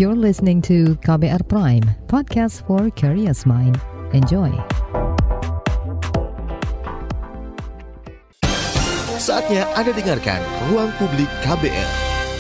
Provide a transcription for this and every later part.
You're listening to KBR Prime, podcast for curious mind. Enjoy. Saatnya Anda dengarkan Ruang Publik KBR.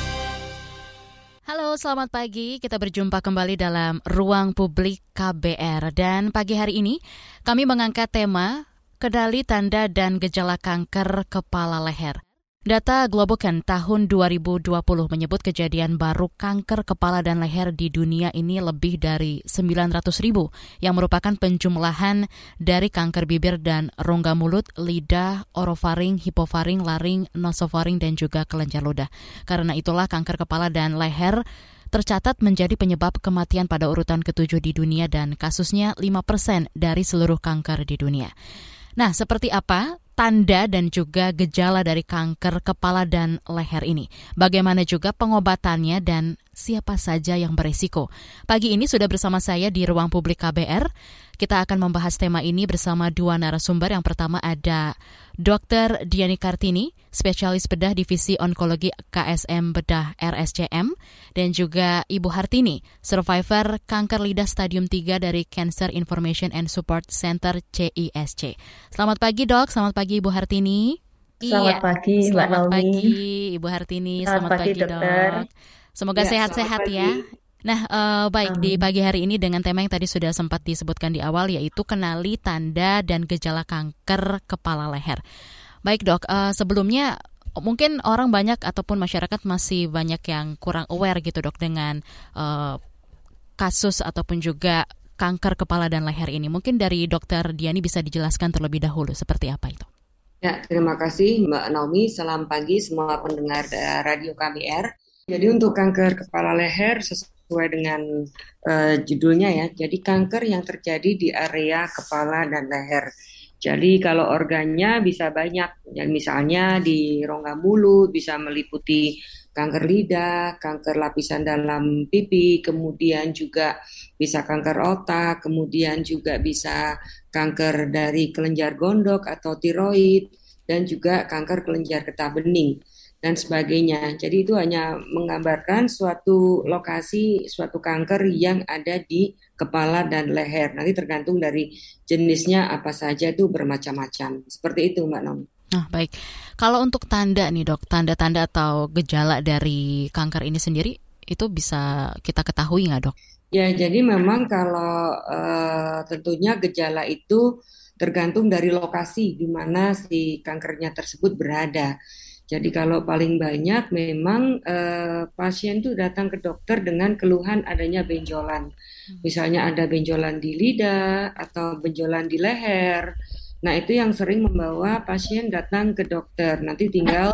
Halo, selamat pagi. Kita berjumpa kembali dalam Ruang Publik KBR. Dan pagi hari ini kami mengangkat tema Kendali Tanda dan Gejala Kanker Kepala Leher. Data Globocan tahun 2020 menyebut kejadian baru kanker kepala dan leher di dunia ini lebih dari 900.000 yang merupakan penjumlahan dari kanker bibir dan rongga mulut, lidah, orofaring, hipofaring, laring, nasofaring, dan juga kelenjar ludah. Karena itulah kanker kepala dan leher tercatat menjadi penyebab kematian pada urutan ke-7 di dunia dan kasusnya 5% dari seluruh kanker di dunia. Nah, seperti apa tanda dan juga gejala dari kanker kepala dan leher ini? Bagaimana juga pengobatannya dan siapa saja yang beresiko? Pagi ini sudah bersama saya di Ruang Publik KBR. Kita akan membahas tema ini bersama dua narasumber. Yang pertama ada Dr. Diani Kartini, spesialis bedah Divisi Onkologi KSM Bedah RSCM, dan juga Ibu Hartini, survivor kanker lidah stadium 3 dari Cancer Information and Support Center CISC. Selamat pagi dok, selamat pagi Ibu Hartini. Selamat pagi Mbak Selamat Naomi. Pagi Ibu Hartini, selamat pagi dokter. dok. Semoga sehat-sehat ya. Nah, baik, di pagi hari ini dengan tema yang tadi sudah sempat disebutkan di awal, yaitu kenali tanda dan gejala kanker kepala leher. Baik dok, sebelumnya mungkin orang banyak ataupun masyarakat masih banyak yang kurang aware gitu dok dengan kasus ataupun juga kanker kepala dan leher ini. Mungkin dari Dokter Diani bisa dijelaskan terlebih dahulu seperti apa itu. Ya, terima kasih Mbak Naomi. Selamat pagi semua pendengar Radio KBR. Jadi untuk kanker kepala leher sesuai dengan judulnya ya, jadi kanker yang terjadi di area kepala dan leher. Jadi kalau organnya bisa banyak, ya, misalnya di rongga mulut bisa meliputi kanker lidah, kanker lapisan dalam pipi, kemudian juga bisa kanker otak, kemudian juga bisa kanker dari kelenjar gondok atau tiroid, dan juga kanker kelenjar getah bening dan sebagainya. Jadi itu hanya menggambarkan suatu lokasi, suatu kanker yang ada di kepala dan leher. Nanti tergantung dari jenisnya apa saja, itu bermacam-macam. Seperti itu Mbak Nom. Nah, baik. Kalau untuk tanda nih dok, tanda-tanda atau gejala dari kanker ini sendiri, itu bisa kita ketahui nggak dok? Ya, jadi memang kalau tentunya gejala itu tergantung dari lokasi di mana si kankernya tersebut berada. Jadi kalau paling banyak memang pasien itu datang ke dokter dengan keluhan adanya benjolan. Misalnya ada benjolan di lidah atau benjolan di leher. Nah itu yang sering membawa pasien datang ke dokter. Nanti tinggal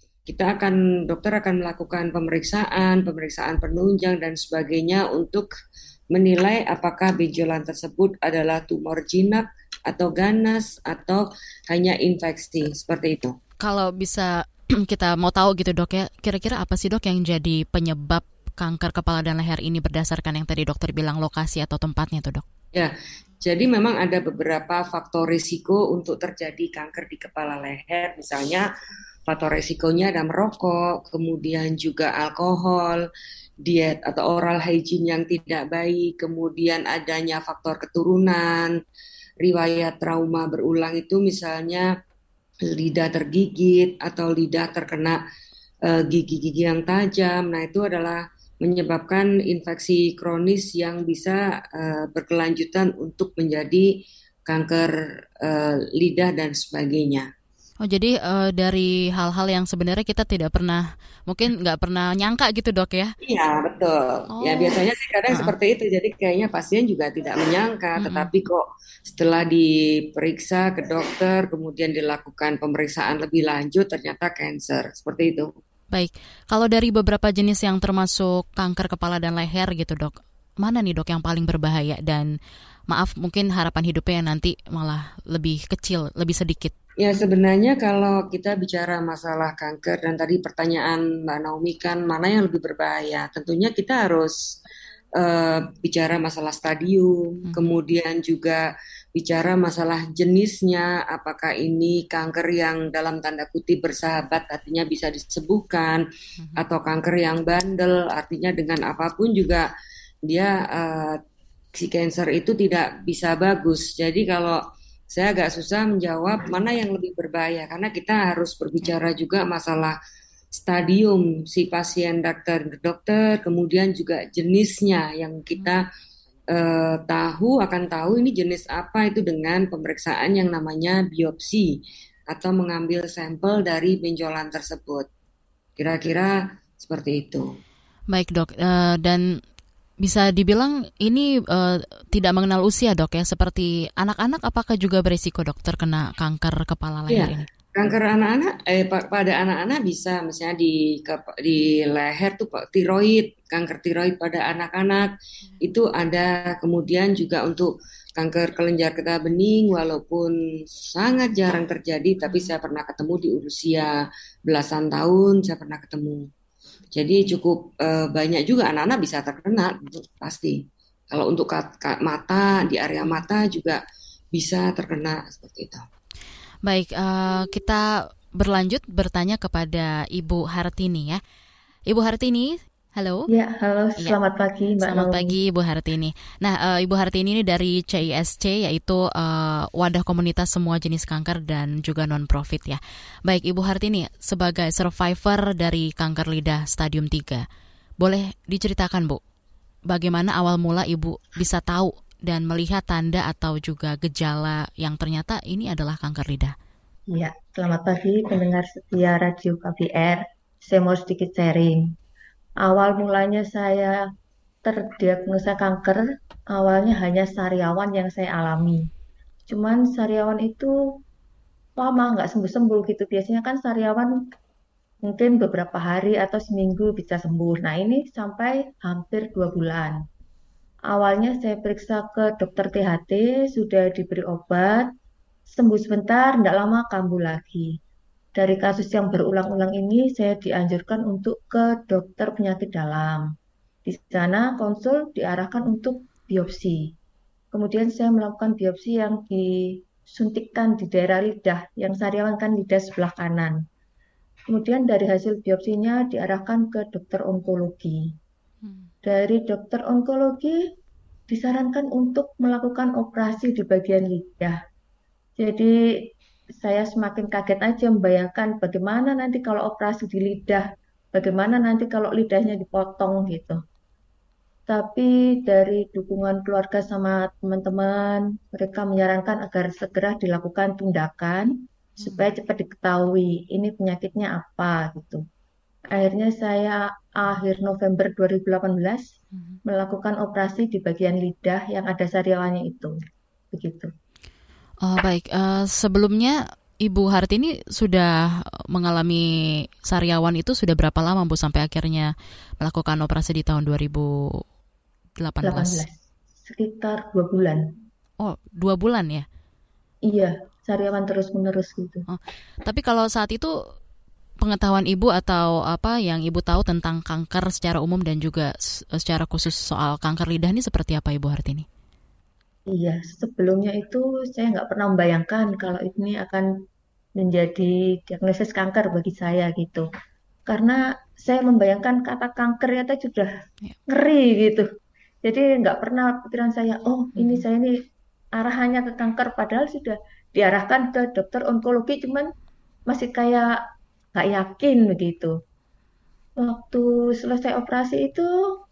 dokter akan melakukan pemeriksaan penunjang dan sebagainya untuk menilai apakah benjolan tersebut adalah tumor jinak atau ganas atau hanya infeksi, seperti itu. Kalau bisa kita mau tahu gitu dok ya, kira-kira apa sih dok yang jadi penyebab kanker kepala dan leher ini berdasarkan yang tadi dokter bilang lokasi atau tempatnya tuh dok? Ya, jadi memang ada beberapa faktor risiko untuk terjadi kanker di kepala leher. Misalnya faktor risikonya ada merokok, kemudian juga alkohol, diet atau oral hygiene yang tidak baik, kemudian adanya faktor keturunan, riwayat trauma berulang itu misalnya lidah tergigit atau lidah terkena gigi-gigi yang tajam. Nah itu adalah menyebabkan infeksi kronis yang bisa berkelanjutan untuk menjadi kanker lidah dan sebagainya. Oh jadi dari hal-hal yang sebenarnya kita mungkin nggak pernah nyangka gitu dok ya? Iya betul. Ya biasanya sih kadang seperti itu. Jadi kayaknya pasien juga tidak menyangka, tetapi kok setelah diperiksa ke dokter, kemudian dilakukan pemeriksaan lebih lanjut, ternyata kanker. Seperti itu. Baik, kalau dari beberapa jenis yang termasuk kanker kepala dan leher gitu dok, mana nih dok yang paling berbahaya dan maaf mungkin harapan hidupnya nanti malah lebih kecil, lebih sedikit? Ya sebenarnya kalau kita bicara masalah kanker dan tadi pertanyaan Mbak Naomi kan mana yang lebih berbahaya, tentunya kita harus bicara masalah stadium, kemudian juga bicara masalah jenisnya, apakah ini kanker yang dalam tanda kutip bersahabat, artinya bisa disembuhkan, atau kanker yang bandel, artinya dengan apapun juga dia si cancer itu tidak bisa bagus. Jadi kalau saya agak susah menjawab mana yang lebih berbahaya, karena kita harus berbicara juga masalah stadium si pasien dokter, kemudian juga jenisnya yang kita akan tahu ini jenis apa itu dengan pemeriksaan yang namanya biopsi atau mengambil sampel dari benjolan tersebut. Kira-kira seperti itu. Baik dok, dan bisa dibilang ini tidak mengenal usia dok ya, seperti anak-anak apakah juga berisiko dok terkena kanker kepala leher ini? Kanker anak-anak, pada anak-anak bisa misalnya di leher tuh tiroid, kanker tiroid pada anak-anak itu ada. Kemudian juga untuk kanker kelenjar getah bening, walaupun sangat jarang terjadi, tapi saya pernah ketemu di usia belasan tahun, saya pernah ketemu. Jadi cukup banyak juga anak-anak bisa terkena, pasti. Kalau untuk mata, di area mata juga bisa terkena seperti itu. Baik, kita berlanjut bertanya kepada Ibu Hartini ya. Ibu Hartini, halo. Ya, halo. Selamat pagi, Mbak. Selamat pagi, Ibu Hartini. Nah, Ibu Hartini ini dari CISC, yaitu wadah komunitas semua jenis kanker dan juga non-profit ya. Baik, Ibu Hartini, sebagai survivor dari kanker lidah stadium 3, boleh diceritakan, Bu, bagaimana awal mula Ibu bisa tahu dan melihat tanda atau juga gejala yang ternyata ini adalah kanker lidah? Ya, selamat pagi pendengar setia Radio KBR. Saya mau sedikit sharing. Awal mulanya saya terdiagnosa kanker, awalnya hanya sariawan yang saya alami. Cuman sariawan itu lama nggak sembuh-sembuh gitu. Biasanya kan sariawan mungkin beberapa hari atau seminggu bisa sembuh. Nah ini sampai hampir 2 bulan. Awalnya saya periksa ke dokter THT, sudah diberi obat, sembuh sebentar, tidak lama kambuh lagi. Dari kasus yang berulang-ulang ini, saya dianjurkan untuk ke dokter penyakit dalam. Di sana konsul diarahkan untuk biopsi. Kemudian saya melakukan biopsi yang disuntikkan di daerah lidah, yang sariawan kan lidah sebelah kanan. Kemudian dari hasil biopsinya diarahkan ke dokter onkologi. Dari dokter onkologi disarankan untuk melakukan operasi di bagian lidah. Jadi saya semakin kaget aja membayangkan bagaimana nanti kalau operasi di lidah, bagaimana nanti kalau lidahnya dipotong gitu. Tapi dari dukungan keluarga sama teman-teman, mereka menyarankan agar segera dilakukan tindakan supaya cepat diketahui ini penyakitnya apa gitu. Akhirnya saya akhir November 2018 melakukan operasi di bagian lidah yang ada sariawannya itu. Begitu. Baik, sebelumnya Ibu Hartini sudah mengalami sariawan itu sudah berapa lama Bu sampai akhirnya melakukan operasi di tahun 2018? Sekitar 2 bulan. Oh, 2 bulan ya? Iya, sariawan terus-menerus gitu. Tapi kalau saat itu pengetahuan Ibu atau apa yang Ibu tahu tentang kanker secara umum dan juga secara khusus soal kanker lidah ini seperti apa Ibu Hartini? Iya, sebelumnya itu saya nggak pernah membayangkan kalau ini akan menjadi diagnosis kanker bagi saya gitu. Karena saya membayangkan kata kanker ya sudah ngeri gitu. Jadi nggak pernah pikiran saya, oh ini saya ini arahannya ke kanker. Padahal sudah diarahkan ke dokter onkologi, cuman masih kayak nggak yakin begitu. Waktu selesai operasi itu,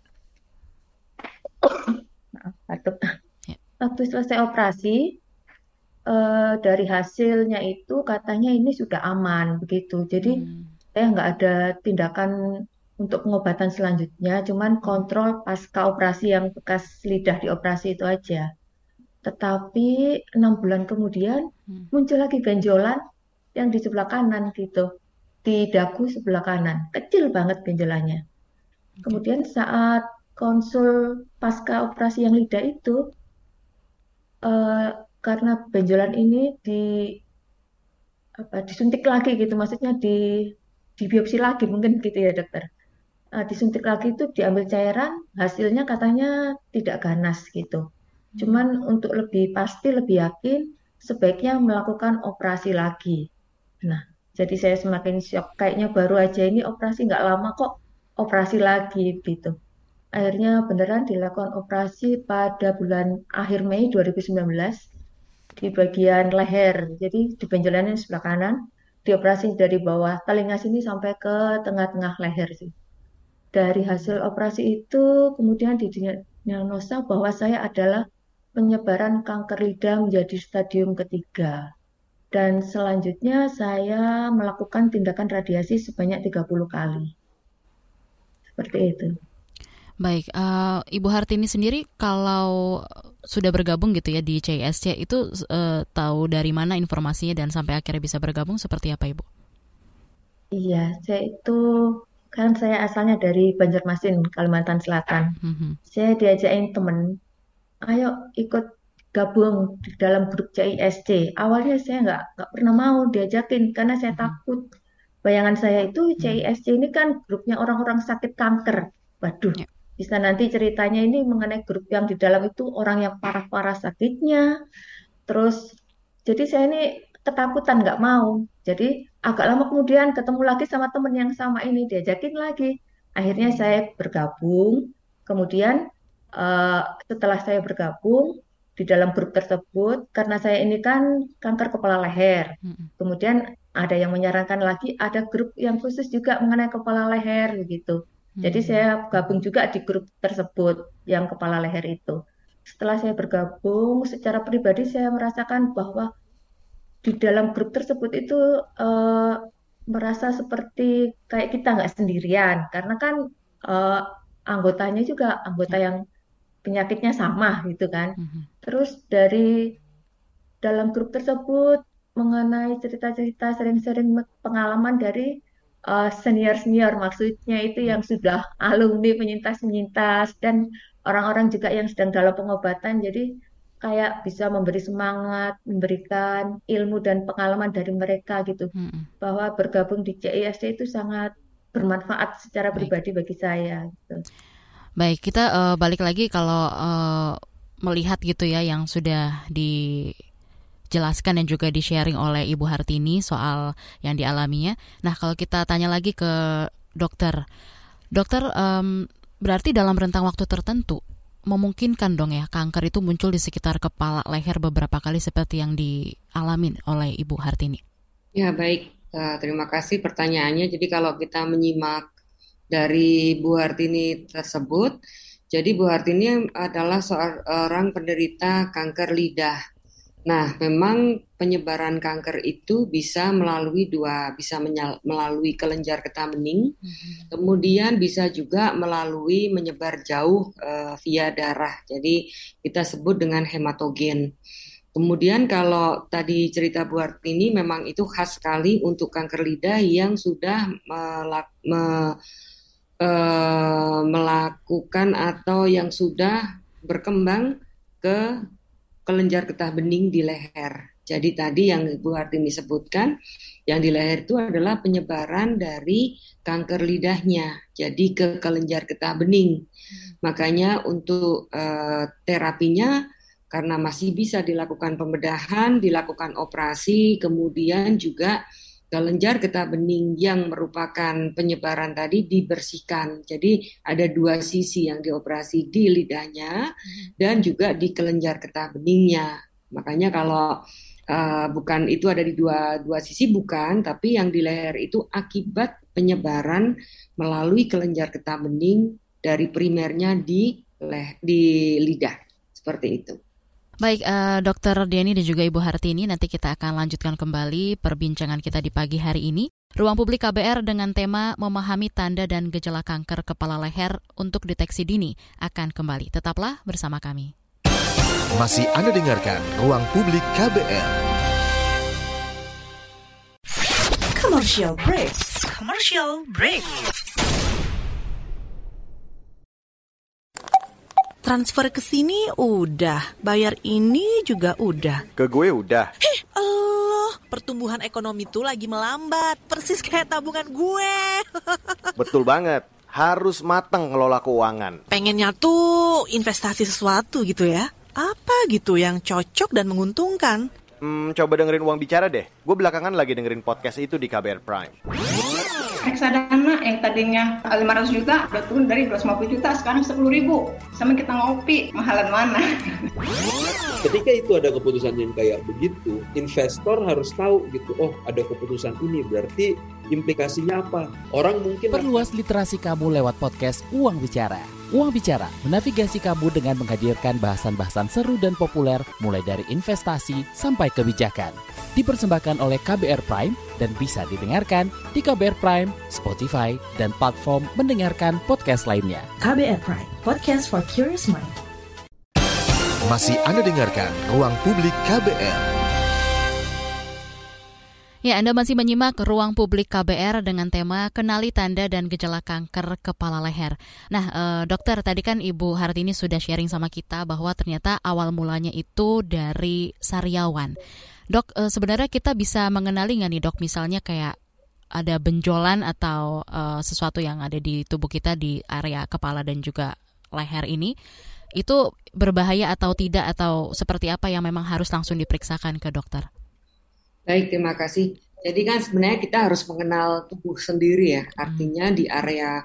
waktu selesai operasi dari hasilnya itu katanya ini sudah aman begitu. Jadi saya nggak ada tindakan untuk pengobatan selanjutnya, cuman kontrol pasca operasi yang bekas lidah dioperasi itu aja. Tetapi 6 bulan kemudian muncul lagi benjolan yang di sebelah kanan gitu. Di dagu sebelah kanan, kecil banget benjolannya. Kemudian saat konsul pasca operasi yang lidah itu, karena benjolan ini disuntik lagi gitu, maksudnya di biopsi lagi mungkin gitu ya dokter. Disuntik lagi itu diambil cairan, hasilnya katanya tidak ganas gitu. Cuman untuk lebih pasti, lebih yakin, sebaiknya melakukan operasi lagi. Nah, jadi saya semakin shock. Kayaknya baru aja ini operasi nggak lama kok operasi lagi gitu. Akhirnya beneran dilakukan operasi pada bulan akhir Mei 2019 di bagian leher. Jadi di benjolan yang sebelah kanan, dioperasi dari bawah telinga sini sampai ke tengah-tengah leher sih. Dari hasil operasi itu kemudian didiagnosa bahwa saya adalah penyebaran kanker lidah menjadi stadium ketiga. Dan selanjutnya saya melakukan tindakan radiasi sebanyak 30 kali. Seperti itu. Baik, Ibu Hartini sendiri kalau sudah bergabung gitu ya di CISC itu tahu dari mana informasinya dan sampai akhirnya bisa bergabung seperti apa Ibu? Iya, saya asalnya dari Banjarmasin, Kalimantan Selatan. Saya diajakin temen, ayo ikut gabung di dalam grup CISC. Awalnya saya nggak pernah mau diajakin karena saya takut. Bayangan saya itu CISC ini kan grupnya orang-orang sakit kanker. Waduh, bisa nanti ceritanya ini mengenai grup yang di dalam itu orang yang parah-parah sakitnya. Terus, jadi saya ini ketakutan nggak mau. Jadi agak lama kemudian ketemu lagi sama temen yang sama ini, diajakin lagi. Akhirnya saya bergabung. Kemudian setelah saya bergabung di dalam grup tersebut, karena saya ini kan kanker kepala leher. Kemudian ada yang menyarankan lagi ada grup yang khusus juga mengenai kepala leher begitu. Jadi saya gabung juga di grup tersebut yang kepala leher itu. Setelah saya bergabung, secara pribadi saya merasakan bahwa di dalam grup tersebut itu merasa seperti kayak kita nggak sendirian, karena kan anggotanya juga anggota yang penyakitnya sama gitu kan. Terus dari dalam grup tersebut mengenai cerita-cerita sering-sering pengalaman dari senior-senior, maksudnya itu yang sudah alumni penyintas-penyintas dan orang-orang juga yang sedang dalam pengobatan. Jadi kayak bisa memberi semangat, memberikan ilmu dan pengalaman dari mereka gitu. Bahwa bergabung di CISC itu sangat bermanfaat secara pribadi bagi saya gitu. Baik, kita balik lagi kalau melihat gitu ya yang sudah dijelaskan dan juga di-sharing oleh Ibu Hartini soal yang dialaminya. Nah, kalau kita tanya lagi ke dokter, berarti dalam rentang waktu tertentu memungkinkan dong ya kanker itu muncul di sekitar kepala leher beberapa kali seperti yang dialami oleh Ibu Hartini? Ya, baik. Terima kasih pertanyaannya. Jadi kalau kita menyimak dari Bu Hartini tersebut, jadi Bu Hartini adalah seorang penderita kanker lidah. Nah, memang penyebaran kanker itu bisa melalui melalui kelenjar getah bening, kemudian bisa juga melalui menyebar jauh via darah. Jadi kita sebut dengan hematogen. Kemudian kalau tadi cerita Bu Hartini memang itu khas sekali untuk kanker lidah yang sudah melakukan atau yang sudah berkembang ke kelenjar getah bening di leher. Jadi tadi yang Bu Hartini sebutkan, yang di leher itu adalah penyebaran dari kanker lidahnya, jadi ke kelenjar getah bening. Makanya untuk terapinya, karena masih bisa dilakukan pembedahan, dilakukan operasi, kemudian juga kelenjar getah bening yang merupakan penyebaran tadi dibersihkan. Jadi ada dua sisi yang dioperasi di lidahnya dan juga di kelenjar getah beningnya. Makanya kalau bukan itu ada di dua sisi bukan, tapi yang di leher itu akibat penyebaran melalui kelenjar getah bening dari primernya di lidah. Seperti itu. Baik, Dr. Diani dan juga Ibu Hartini, nanti kita akan lanjutkan kembali perbincangan kita di pagi hari ini. Ruang Publik KBR dengan tema memahami tanda dan gejala kanker kepala leher untuk deteksi dini akan kembali. Tetaplah bersama kami. Masih Anda dengarkan Ruang Publik KBR. Commercial break. Commercial break. Transfer ke sini udah, bayar ini juga udah. Ke gue udah. Allah, pertumbuhan ekonomi tuh lagi melambat, persis kayak tabungan gue. Betul banget, harus matang ngelola keuangan. Pengennya tuh investasi sesuatu gitu ya. Apa gitu yang cocok dan menguntungkan? Coba dengerin Uang Bicara deh. Gue belakangan lagi dengerin podcast itu di KBR Prime. Reksadana yang tadinya 500 juta udah turun dari 250 juta sekarang 10.000. Sama kita ngopi, mahalan mana? Ketika itu ada keputusan yang kayak begitu, investor harus tahu gitu, oh ada keputusan ini berarti implikasinya apa. Orang mungkin perluas literasi kamu lewat podcast Uang Bicara. Uang Bicara menavigasi kamu dengan menghadirkan bahasan-bahasan seru dan populer mulai dari investasi sampai kebijakan. Dipersembahkan oleh KBR Prime dan bisa didengarkan di KBR Prime, Spotify, dan platform mendengarkan podcast lainnya. KBR Prime, podcast for curious mind. Masih Anda dengarkan Ruang Publik KBR. Ya, Anda masih menyimak Ruang Publik KBR dengan tema Kenali Tanda dan Gejala Kanker Kepala Leher. Nah, dokter, tadi kan Ibu Hartini sudah sharing sama kita bahwa ternyata awal mulanya itu dari sariawan. Dok, sebenarnya kita bisa mengenali nggak nih dok, misalnya kayak ada benjolan atau sesuatu yang ada di tubuh kita di area kepala dan juga leher ini, itu berbahaya atau tidak, atau seperti apa yang memang harus langsung diperiksakan ke dokter? Baik, terima kasih. Jadi kan sebenarnya kita harus mengenal tubuh sendiri ya. Artinya di area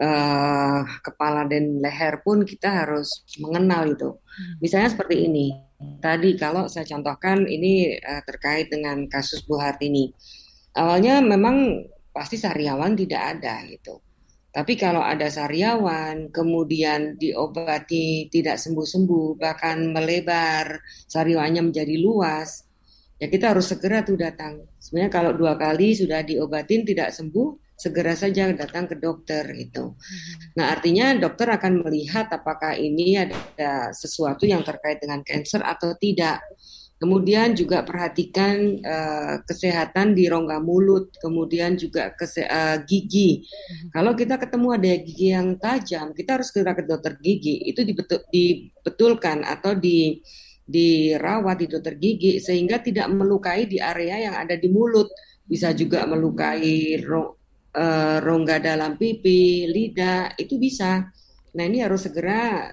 kepala dan leher pun kita harus mengenal itu. Misalnya seperti ini. Tadi kalau saya contohkan ini terkait dengan kasus Bu Hartini. Awalnya memang pasti sariawan tidak ada gitu. Tapi kalau ada sariawan, kemudian diobati tidak sembuh-sembuh, bahkan melebar, sariawannya menjadi luas, ya kita harus segera tuh datang. Sebenarnya kalau 2 kali sudah diobatin tidak sembuh, segera saja datang ke dokter itu. Nah, artinya dokter akan melihat apakah ini ada sesuatu yang terkait dengan kanker atau tidak. Kemudian juga perhatikan kesehatan di rongga mulut, kemudian juga gigi. Kalau kita ketemu ada gigi yang tajam, kita harus segera ke dokter gigi. Itu dibetulkan atau dirawat di dokter gigi sehingga tidak melukai di area yang ada di mulut. Bisa juga melukai rongga dalam pipi, lidah, itu bisa. Nah, ini harus segera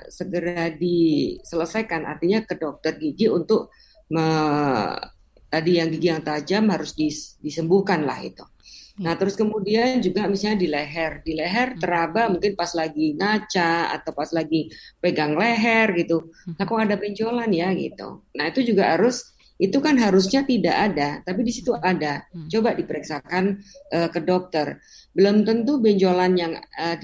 diselesaikan, artinya ke dokter gigi untuk tadi yang gigi yang tajam harus disembuhkan lah itu. Nah, terus kemudian juga misalnya di leher teraba mungkin pas lagi ngaca atau pas lagi pegang leher gitu. Nah, kok ada benjolan ya gitu. Nah, itu juga itu kan harusnya tidak ada, tapi di situ ada. Coba diperiksakan ke dokter. Belum tentu benjolan yang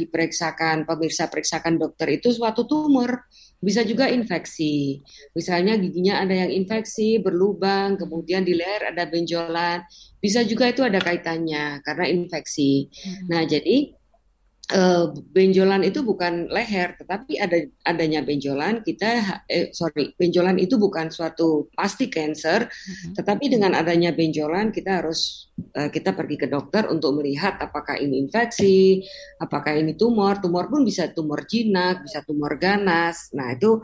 pemirsa periksakan dokter itu suatu tumor. Bisa juga infeksi. Misalnya giginya ada yang infeksi, berlubang, kemudian di leher ada benjolan. Bisa juga itu ada kaitannya karena infeksi. Nah, jadi benjolan itu bukan leher, tetapi adanya benjolan benjolan itu bukan suatu pasti kanker, tetapi dengan adanya benjolan kita pergi ke dokter untuk melihat apakah ini infeksi, apakah ini tumor pun bisa tumor jinak, bisa tumor ganas. Nah, itu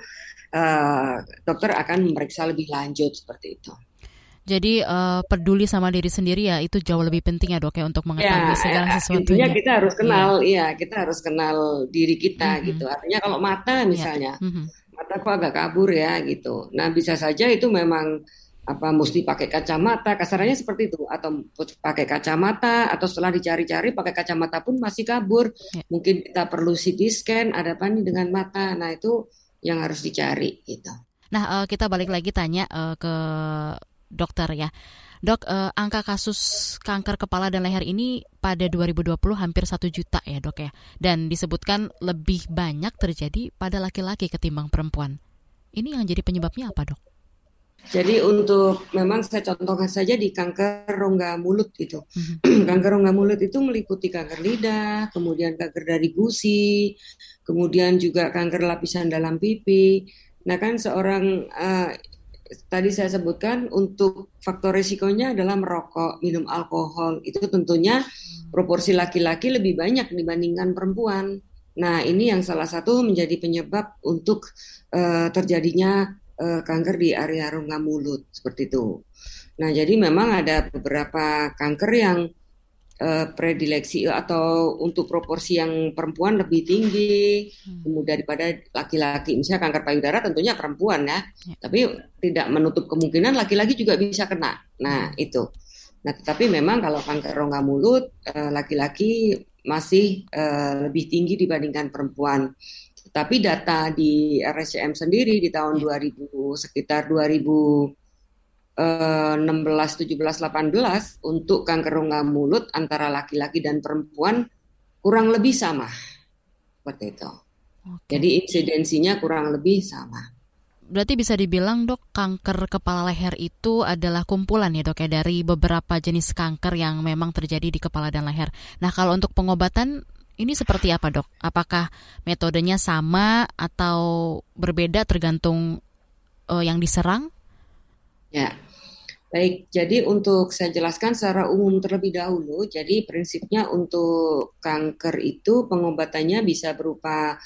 dokter akan memeriksa lebih lanjut seperti itu. Jadi peduli sama diri sendiri ya, itu jauh lebih penting ya dok ya, untuk mengetahui segala sesuatunya. Intinya kita harus kenal, kita harus kenal diri kita gitu. Artinya kalau mata misalnya, mata kok agak kabur ya gitu. Nah, bisa saja itu memang mesti pakai kacamata, kasarannya seperti itu, atau pakai kacamata, atau setelah dicari-cari pakai kacamata pun masih kabur. Mungkin kita perlu CT scan, ada apa nih dengan mata. Nah, itu yang harus dicari gitu. Nah, kita balik lagi tanya ke dokter ya. Dok, angka kasus kanker kepala dan leher ini pada 2020 hampir 1 juta ya dok ya. Dan disebutkan lebih banyak terjadi pada laki-laki ketimbang perempuan. Ini yang jadi penyebabnya apa dok? Jadi memang saya contohkan saja di kanker rongga mulut itu. Kanker rongga mulut itu meliputi kanker lidah, kemudian kanker dari gusi, kemudian juga kanker lapisan dalam pipi. Nah kan tadi saya sebutkan untuk faktor risikonya adalah merokok, minum alkohol. Itu tentunya proporsi laki-laki lebih banyak dibandingkan perempuan. Nah, ini yang salah satu menjadi penyebab untuk terjadinya kanker di area rongga mulut seperti itu. Nah, jadi memang ada beberapa kanker yang predileksi atau untuk proporsi yang perempuan lebih tinggi daripada laki-laki. Misalnya kanker payudara tentunya perempuan ya, tapi tidak menutup kemungkinan laki-laki juga bisa kena. Nah itu. Nah tetapi memang kalau kanker rongga mulut laki-laki masih lebih tinggi dibandingkan perempuan. Tapi data di RSCM sendiri di tahun 16, 17, 18 untuk kanker rongga mulut antara laki-laki dan perempuan kurang lebih sama. Seperti itu. Jadi insidensinya kurang lebih sama. Berarti bisa dibilang dok, kanker kepala leher itu adalah kumpulan ya dok ya dari beberapa jenis kanker yang memang terjadi di kepala dan leher. Nah kalau untuk pengobatan ini seperti apa dok? Apakah metodenya sama atau berbeda tergantung yang diserang? Ya, baik. Jadi untuk saya jelaskan secara umum terlebih dahulu. Jadi prinsipnya untuk kanker itu pengobatannya bisa berupa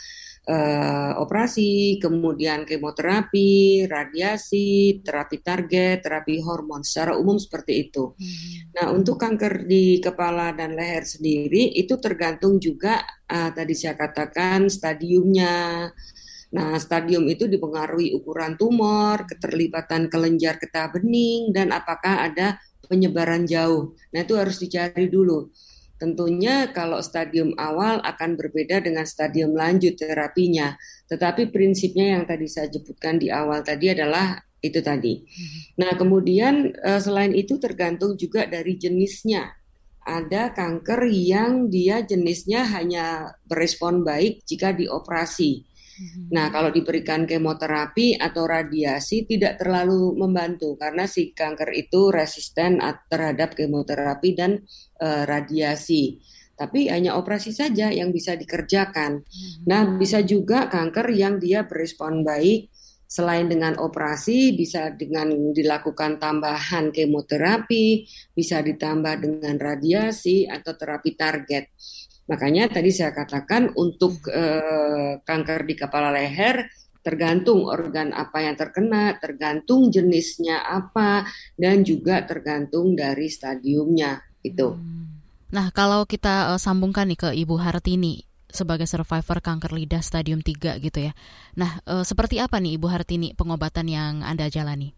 operasi, kemudian kemoterapi, radiasi, terapi target, terapi hormon. Secara umum seperti itu. Nah, untuk kanker di kepala dan leher sendiri itu tergantung juga tadi saya katakan stadiumnya. Nah, stadium itu dipengaruhi ukuran tumor, keterlibatan kelenjar getah bening, dan apakah ada penyebaran jauh. Nah, itu harus dicari dulu. Tentunya kalau stadium awal akan berbeda dengan stadium lanjut terapinya. Tetapi prinsipnya yang tadi saya sebutkan di awal tadi adalah itu tadi. Nah, kemudian selain itu tergantung juga dari jenisnya. Ada kanker yang dia jenisnya hanya berespon baik jika dioperasi. Nah, kalau diberikan kemoterapi atau radiasi tidak terlalu membantu karena si kanker itu resisten terhadap kemoterapi dan radiasi. Tapi hanya operasi saja yang bisa dikerjakan. Nah, bisa juga kanker yang dia berespon baik selain dengan operasi, bisa dengan dilakukan tambahan kemoterapi, bisa ditambah dengan radiasi atau terapi target. Makanya tadi saya katakan untuk kanker di kepala leher tergantung organ apa yang terkena, tergantung jenisnya apa, dan juga tergantung dari stadiumnya itu. Nah, kalau kita sambungkan nih ke Ibu Hartini sebagai survivor kanker lidah stadium 3 gitu ya. Nah, seperti apa nih Ibu Hartini pengobatan yang Anda jalani?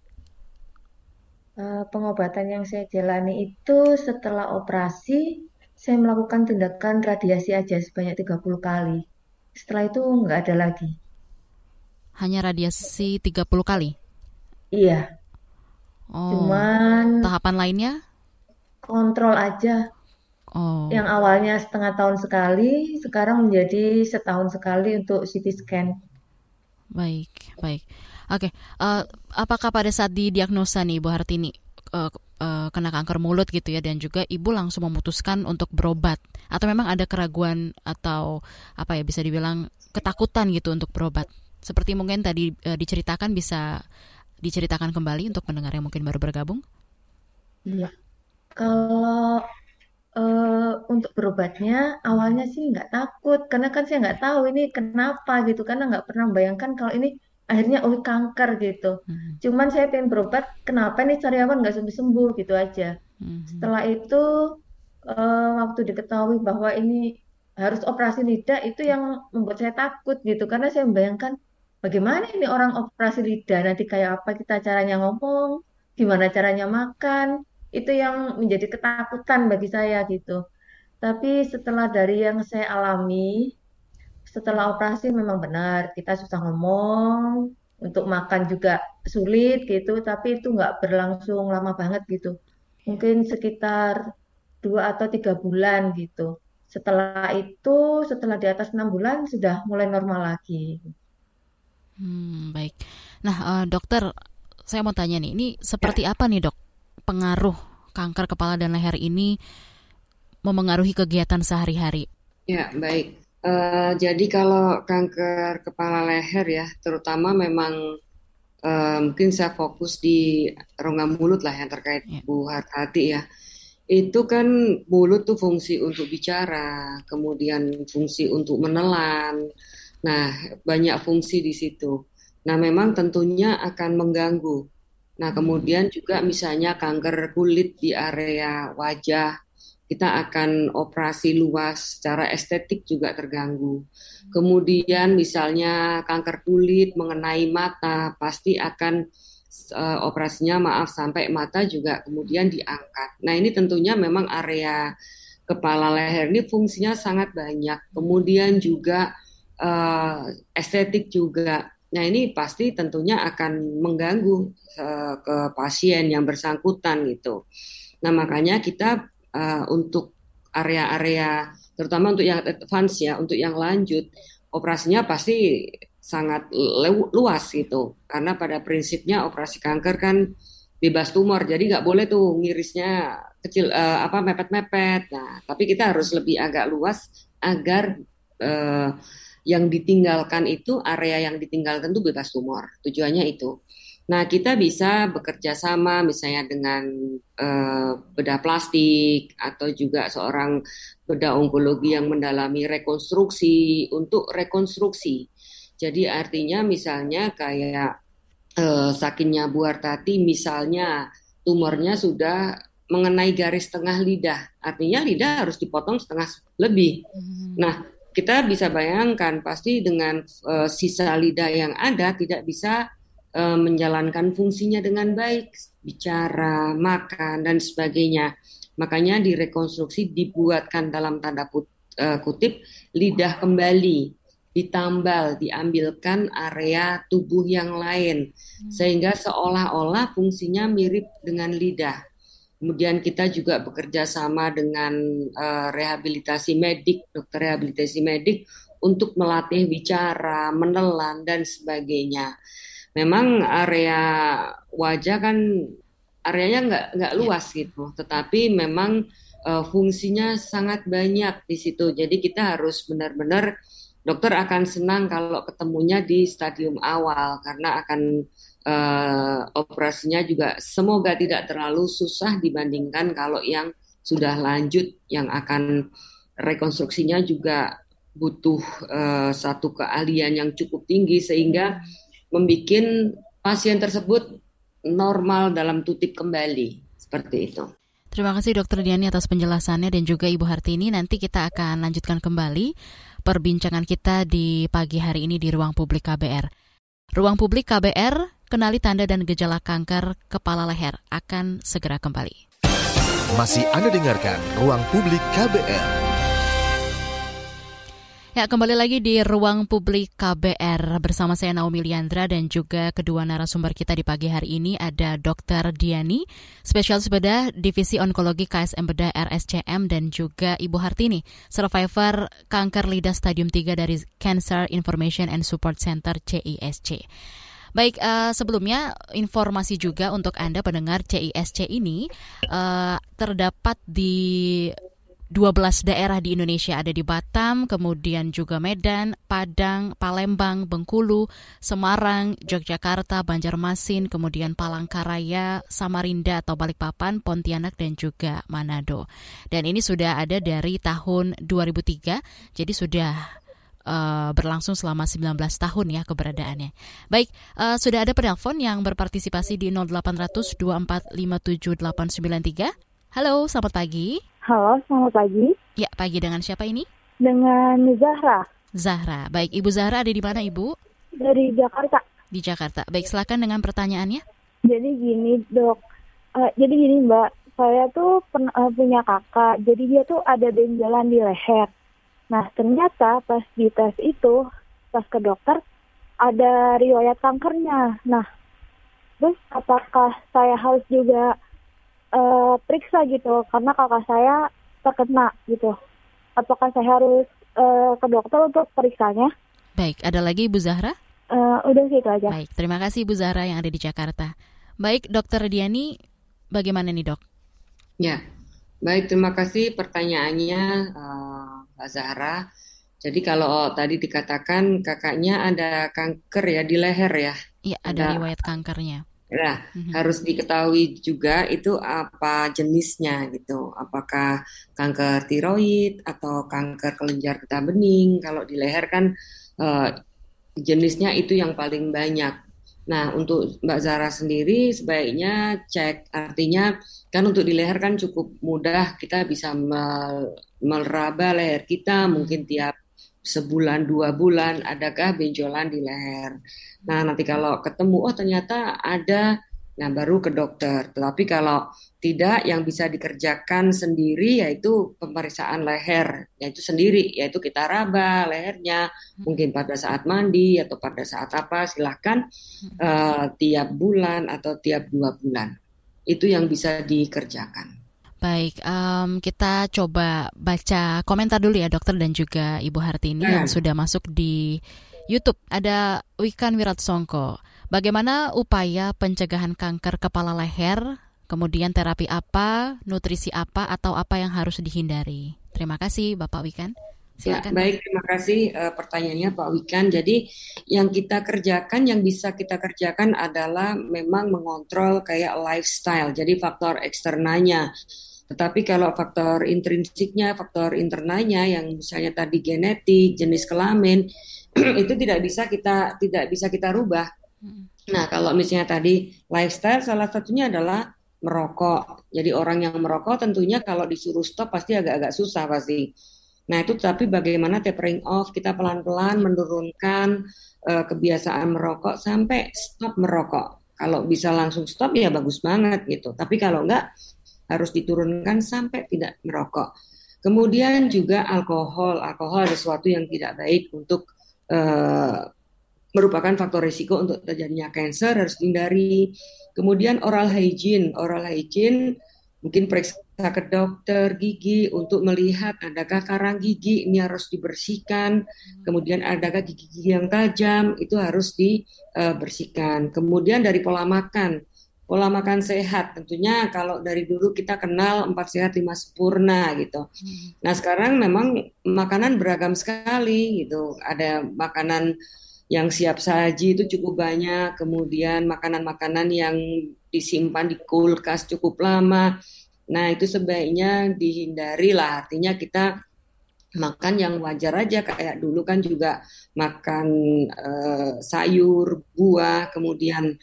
Pengobatan yang saya jalani itu setelah operasi saya melakukan tindakan radiasi aja sebanyak 30 kali. Setelah itu nggak ada lagi. Hanya radiasi 30 kali? Iya. Cuman tahapan lainnya? Kontrol aja. Yang awalnya setengah tahun sekali, sekarang menjadi setahun sekali untuk CT scan. Baik. Oke. Apakah pada saat didiagnosa nih Ibu Hartini kena kanker mulut gitu ya, dan juga ibu langsung memutuskan untuk berobat, atau memang ada keraguan atau apa ya, bisa dibilang ketakutan gitu untuk berobat? Seperti mungkin tadi diceritakan, bisa diceritakan kembali untuk pendengar yang mungkin baru bergabung? Iya. Kalau untuk berobatnya awalnya sih nggak takut, karena kan saya nggak tahu ini kenapa gitu, karena nggak pernah membayangkan kalau ini akhirnya kanker gitu. Cuman saya pengen berobat, kenapa nih sariawan nggak sembuh-sembuh gitu aja. Setelah itu waktu diketahui bahwa ini harus operasi lidah, itu yang membuat saya takut gitu, karena saya membayangkan bagaimana ini orang operasi lidah, nanti kayak apa kita caranya ngomong, gimana caranya makan, itu yang menjadi ketakutan bagi saya gitu. Tapi setelah dari yang saya alami, setelah operasi memang benar kita susah ngomong, untuk makan juga sulit gitu, tapi itu nggak berlangsung lama banget gitu. Mungkin sekitar 2 atau 3 bulan gitu. Setelah itu, setelah di atas 6 bulan sudah mulai normal lagi. Baik. Nah, dokter, saya mau tanya nih, ini seperti apa nih dok pengaruh kanker kepala dan leher ini memengaruhi kegiatan sehari-hari? Ya, baik. Jadi kalau kanker kepala leher ya, terutama memang mungkin saya fokus di rongga mulut lah yang terkait Bu Hartati ya. Itu kan mulut tuh fungsi untuk bicara, kemudian fungsi untuk menelan. Nah, banyak fungsi di situ. Nah, memang tentunya akan mengganggu. Nah, kemudian juga misalnya kanker kulit di area wajah, kita akan operasi luas, secara estetik juga terganggu. Kemudian misalnya kanker kulit mengenai mata, pasti akan operasinya sampai mata juga kemudian diangkat. Nah ini tentunya memang area kepala leher ini fungsinya sangat banyak. Kemudian juga estetik juga. Nah ini pasti tentunya akan mengganggu ke pasien yang bersangkutan gitu. Nah makanya kita untuk area-area terutama untuk yang advance ya, untuk yang lanjut operasinya pasti sangat luas gitu. Karena pada prinsipnya operasi kanker kan bebas tumor, jadi nggak boleh tuh ngirisnya kecil mepet-mepet. Nah tapi kita harus lebih agak luas agar yang ditinggalkan itu, area yang ditinggalkan itu bebas tumor. Tujuannya itu. Nah, kita bisa bekerja sama misalnya dengan bedah plastik atau juga seorang bedah onkologi yang mendalami rekonstruksi untuk rekonstruksi. Jadi artinya misalnya kayak sakinnya Bu Hartati misalnya tumornya sudah mengenai garis tengah lidah. Artinya lidah harus dipotong setengah lebih. Nah, kita bisa bayangkan pasti dengan sisa lidah yang ada tidak bisa menjalankan fungsinya dengan baik, bicara, makan, dan sebagainya. Makanya direkonstruksi dibuatkan dalam tanda kutip lidah kembali, ditambal, diambilkan area tubuh yang lain, sehingga seolah-olah fungsinya mirip dengan lidah. Kemudian kita juga bekerja sama dengan rehabilitasi medik, dokter rehabilitasi medik untuk melatih bicara, menelan, dan sebagainya. Memang area wajah kan areanya nggak luas gitu, tetapi memang fungsinya sangat banyak di situ. Jadi kita harus benar-benar dokter akan senang kalau ketemunya di stadium awal karena akan operasinya juga semoga tidak terlalu susah dibandingkan kalau yang sudah lanjut yang akan rekonstruksinya juga butuh satu keahlian yang cukup tinggi sehingga membuat pasien tersebut normal dalam tutik kembali, seperti itu. Terima kasih Dr. Diani atas penjelasannya dan juga Ibu Hartini. Nanti kita akan lanjutkan kembali perbincangan kita di pagi hari ini di Ruang Publik KBR. Ruang Publik KBR, kenali tanda dan gejala kanker kepala leher, akan segera kembali. Masih Anda dengarkan Ruang Publik KBR. Ya, kembali lagi di Ruang Publik KBR bersama saya Naomi Liandra dan juga kedua narasumber kita di pagi hari ini ada Dr. Diani, spesialis bedah Divisi Onkologi KSM Bedah RSCM dan juga Ibu Hartini, survivor kanker lidah stadium 3 dari Cancer Information and Support Center CISC. Baik, sebelumnya informasi juga untuk Anda pendengar CISC ini terdapat di 12 daerah di Indonesia, ada di Batam, kemudian juga Medan, Padang, Palembang, Bengkulu, Semarang, Yogyakarta, Banjarmasin, kemudian Palangkaraya, Samarinda atau Balikpapan, Pontianak, dan juga Manado. Dan ini sudah ada dari tahun 2003, jadi sudah berlangsung selama 19 tahun ya keberadaannya. Baik, sudah ada penelpon yang berpartisipasi di 0800 24 57 893. Halo, selamat pagi. Halo, selamat pagi. Ya, pagi dengan siapa ini? Dengan Zahra. Zahra, baik. Ibu Zahra ada di mana, Ibu? Dari Jakarta. Di Jakarta. Baik, silakan dengan pertanyaannya. Jadi gini, Dok. Jadi gini, Mbak. Saya tuh punya kakak. Jadi dia tuh ada benjolan di leher. Nah, ternyata pas di tes itu, pas ke dokter, ada riwayat kankernya. Nah, terus apakah saya harus juga periksa gitu karena kakak saya terkena gitu. Apakah saya harus ke dokter untuk periksanya? Baik, ada lagi Ibu Zahra? Udah gitu aja. Baik, terima kasih Ibu Zahra yang ada di Jakarta. Baik, Dokter Diani, bagaimana nih Dok? Ya, baik, terima kasih pertanyaannya Mbak Zahra. Jadi kalau tadi dikatakan kakaknya ada kanker ya di leher ya? Iya, ada riwayat kankernya. Nah, harus diketahui juga itu apa jenisnya gitu. Apakah kanker tiroid atau kanker kelenjar getah bening. Kalau di leher kan jenisnya itu yang paling banyak. Nah, untuk Mbak Zara sendiri sebaiknya cek, artinya kan untuk di leher kan cukup mudah, kita bisa meraba leher kita mungkin tiap sebulan, 2 bulan, adakah benjolan di leher. Nah, nanti kalau ketemu, oh ternyata ada, nah baru ke dokter. Tetapi kalau tidak, yang bisa dikerjakan sendiri yaitu pemeriksaan leher, yaitu sendiri, yaitu kita raba lehernya, mungkin pada saat mandi atau pada saat apa, silahkan tiap bulan atau tiap 2 bulan. Itu yang bisa dikerjakan. Baik, kita coba baca komentar dulu ya dokter dan juga Ibu Hartini yang sudah masuk di YouTube. Ada Wikan Wiratsongko. Bagaimana upaya pencegahan kanker kepala leher? Kemudian terapi apa, nutrisi apa, atau apa yang harus dihindari? Terima kasih Bapak Wikan. Silakan. Ya, baik, terima kasih pertanyaannya Pak Wikan. Jadi yang kita kerjakan, yang bisa kita kerjakan adalah memang mengontrol kayak lifestyle, jadi faktor eksternalnya. Tetapi kalau faktor intrinsiknya, faktor internalnya yang misalnya tadi genetik, jenis kelamin, itu tidak bisa kita rubah. Nah, kalau misalnya tadi lifestyle, salah satunya adalah merokok. Jadi orang yang merokok tentunya kalau disuruh stop pasti agak-agak susah pasti. Nah itu tapi bagaimana tapering off, kita pelan-pelan menurunkan kebiasaan merokok sampai stop merokok. Kalau bisa langsung stop ya bagus banget gitu. Tapi kalau enggak harus diturunkan sampai tidak merokok. Kemudian juga alkohol ada sesuatu yang tidak baik untuk merupakan faktor risiko untuk terjadinya kanker, harus dihindari. Kemudian oral hygiene mungkin periksa ke dokter gigi untuk melihat adakah karang gigi ini harus dibersihkan, kemudian adakah gigi yang tajam itu harus dibersihkan. Kemudian dari pola makan sehat, tentunya kalau dari dulu kita kenal 4 sehat 5 sempurna gitu. Nah sekarang memang makanan beragam sekali gitu, ada makanan yang siap saji itu cukup banyak, kemudian makanan-makanan yang disimpan di kulkas cukup lama. Nah itu sebaiknya dihindari lah, artinya kita makan yang wajar aja, kayak dulu kan juga makan sayur, buah, kemudian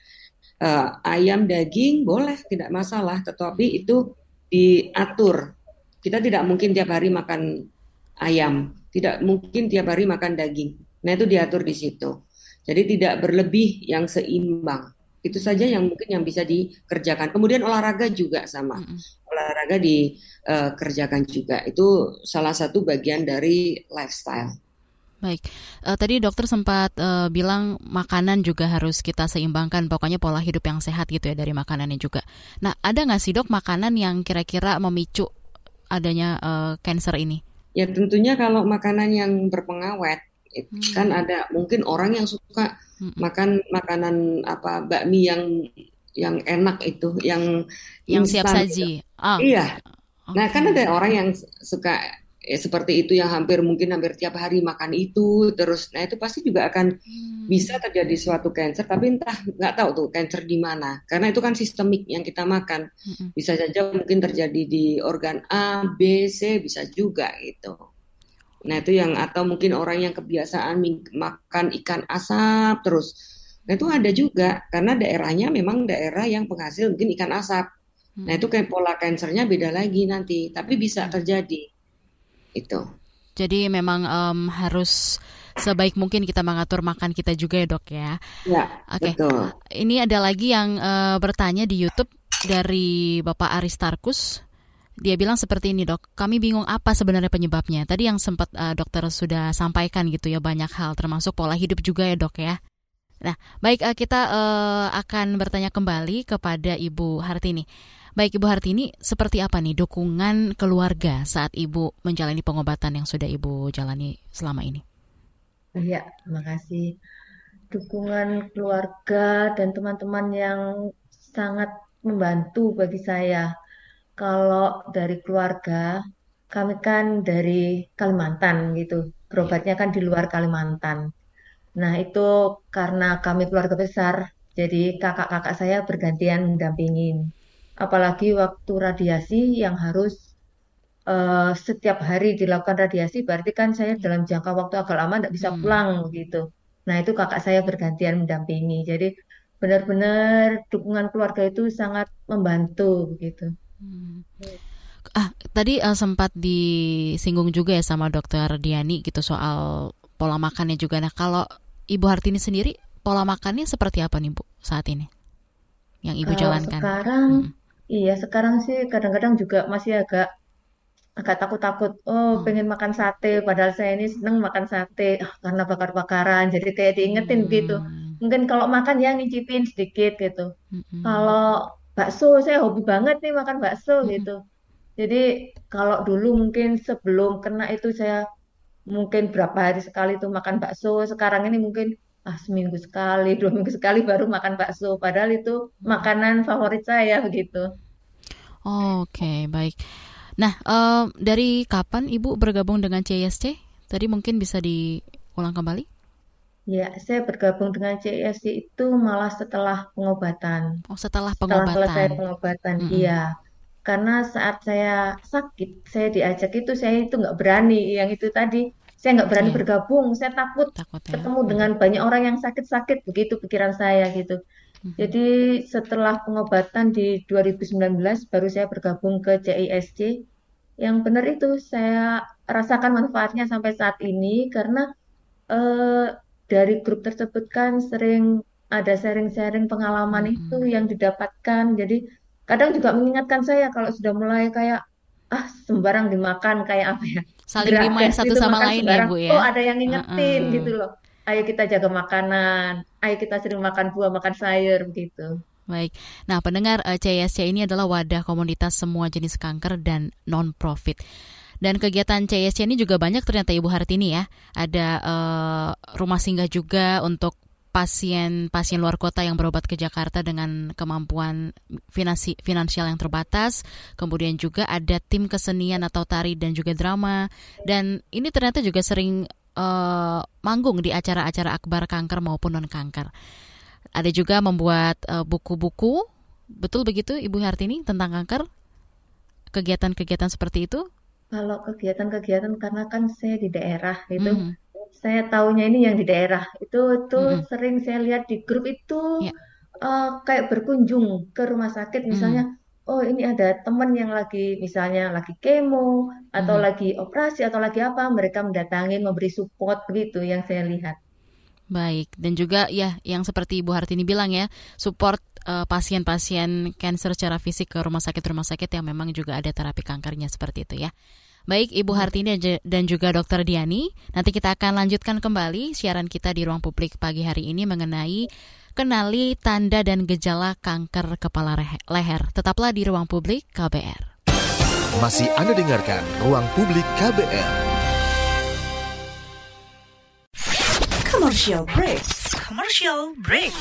ayam, daging boleh, tidak masalah, tetapi itu diatur. Kita tidak mungkin tiap hari makan ayam, tidak mungkin tiap hari makan daging. Nah itu diatur di situ. Jadi tidak berlebih, yang seimbang. Itu saja yang mungkin yang bisa dikerjakan. Kemudian olahraga juga sama. Olahraga dikerjakan juga. Itu salah satu bagian dari lifestyle. Baik, tadi dokter sempat bilang makanan juga harus kita seimbangkan. Pokoknya pola hidup yang sehat gitu ya dari makanannya juga. Nah ada nggak sih dok makanan yang kira-kira memicu adanya kanker ini? Ya tentunya kalau makanan yang berpengawet, kan ada mungkin orang yang suka makan makanan apa bakmi yang enak itu, yang siap saji. Gitu. Iya. Nah kan ada orang yang suka seperti itu, yang hampir tiap hari makan itu terus. Nah itu pasti juga akan bisa terjadi suatu kanker, tapi entah nggak tahu tuh kanker di mana. Karena itu kan sistemik yang kita makan. Bisa saja mungkin terjadi di organ A, B, C, bisa juga gitu. Nah itu yang, atau mungkin orang yang kebiasaan makan ikan asap terus. Nah itu ada juga, karena daerahnya memang daerah yang penghasil mungkin ikan asap. Nah itu kayak pola kansernya beda lagi nanti, tapi bisa terjadi. Itu. Jadi memang harus sebaik mungkin kita mengatur makan kita juga ya dok ya. Ya, Oke. Betul. Ini ada lagi yang bertanya di YouTube dari Bapak Aristarkus. Dia bilang seperti ini dok, kami bingung apa sebenarnya penyebabnya. Tadi yang sempat dokter sudah sampaikan gitu ya, banyak hal termasuk pola hidup juga ya dok ya. Nah baik, kita akan bertanya kembali kepada Ibu Hartini. Baik Ibu Hartini, seperti apa nih dukungan keluarga saat Ibu menjalani pengobatan yang sudah Ibu jalani selama ini? Iya, terima kasih. Dukungan keluarga dan teman-teman yang sangat membantu bagi saya. Kalau dari keluarga, kami kan dari Kalimantan gitu, berobatnya kan di luar Kalimantan. Nah itu karena kami keluarga besar, jadi kakak-kakak saya bergantian mendampingin. Apalagi waktu radiasi yang harus setiap hari dilakukan radiasi, berarti kan saya dalam jangka waktu agak lama tidak bisa pulang gitu. Nah itu kakak saya bergantian mendampingi. Jadi benar-benar dukungan keluarga itu sangat membantu gitu. Tadi sempat disinggung juga ya sama Dokter Diani gitu soal pola makannya juga. Nah, kalau Ibu Hartini sendiri pola makannya seperti apa nih Bu saat ini yang Ibu jalankan? Sekarang sih kadang-kadang juga masih agak takut-takut. Pengen makan sate, padahal saya ini seneng makan sate karena bakar-bakaran. Jadi kayak diingetin gitu. Mungkin kalau makan ya ngicipin sedikit gitu. Kalau bakso, saya hobi banget nih makan bakso gitu. Jadi kalau dulu mungkin sebelum kena itu saya mungkin berapa hari sekali tuh makan bakso. Sekarang ini mungkin seminggu sekali, 2 minggu sekali baru makan bakso. Padahal itu makanan favorit saya begitu. Oke, baik. Nah, dari kapan Ibu bergabung dengan CISC? Tadi mungkin bisa diulang kembali? Ya, saya bergabung dengan CISC itu malah setelah pengobatan. Setelah pengobatan. Setelah selesai pengobatan, iya. Karena saat saya sakit, saya diajak itu, saya itu nggak berani. Yang itu tadi, saya nggak berani bergabung. Saya takut ketemu dengan banyak orang yang sakit-sakit, begitu pikiran saya gitu. Jadi setelah pengobatan di 2019 baru saya bergabung ke CISC. Yang benar itu saya rasakan manfaatnya sampai saat ini karena dari grup tersebut kan sering ada sharing-sharing pengalaman itu yang didapatkan. Jadi kadang juga mengingatkan saya kalau sudah mulai kayak sembarang dimakan kayak apa ya. Saling remind satu sama lain ya Bu ya. Ada yang ngingetin gitu loh. Ayo kita jaga makanan, ayo kita sering makan buah, makan sayur begitu. Baik. Nah, pendengar, CISC ini adalah wadah komunitas semua jenis kanker dan non-profit. Dan kegiatan CISC ini juga banyak ternyata Ibu Hartini ya. Ada rumah singgah juga untuk pasien luar kota yang berobat ke Jakarta dengan kemampuan finansial yang terbatas. Kemudian juga ada tim kesenian atau tari dan juga drama. Dan ini ternyata juga sering manggung di acara-acara akbar kanker maupun non-kanker. Ada juga membuat buku-buku, betul begitu Ibu Hartini, tentang kanker? Kegiatan-kegiatan seperti itu? Kalau kegiatan-kegiatan karena kan saya di daerah itu, saya taunya ini yang di daerah itu sering saya lihat di grup itu kayak berkunjung ke rumah sakit misalnya. Oh ini ada teman yang lagi misalnya lagi kemo atau lagi operasi atau lagi apa, mereka mendatangi memberi support begitu yang saya lihat. Baik, dan juga ya yang seperti Ibu Hartini bilang ya, support pasien-pasien kanker secara fisik ke rumah sakit yang memang juga ada terapi kankernya seperti itu ya. Baik Ibu Hartini dan juga Dr. Diani, nanti kita akan lanjutkan kembali siaran kita di Ruang Publik pagi hari ini mengenai kenali tanda dan gejala kanker kepala leher. Tetaplah di Ruang Publik KBR. Masih Anda dengarkan Ruang Publik KBR. Commercial break.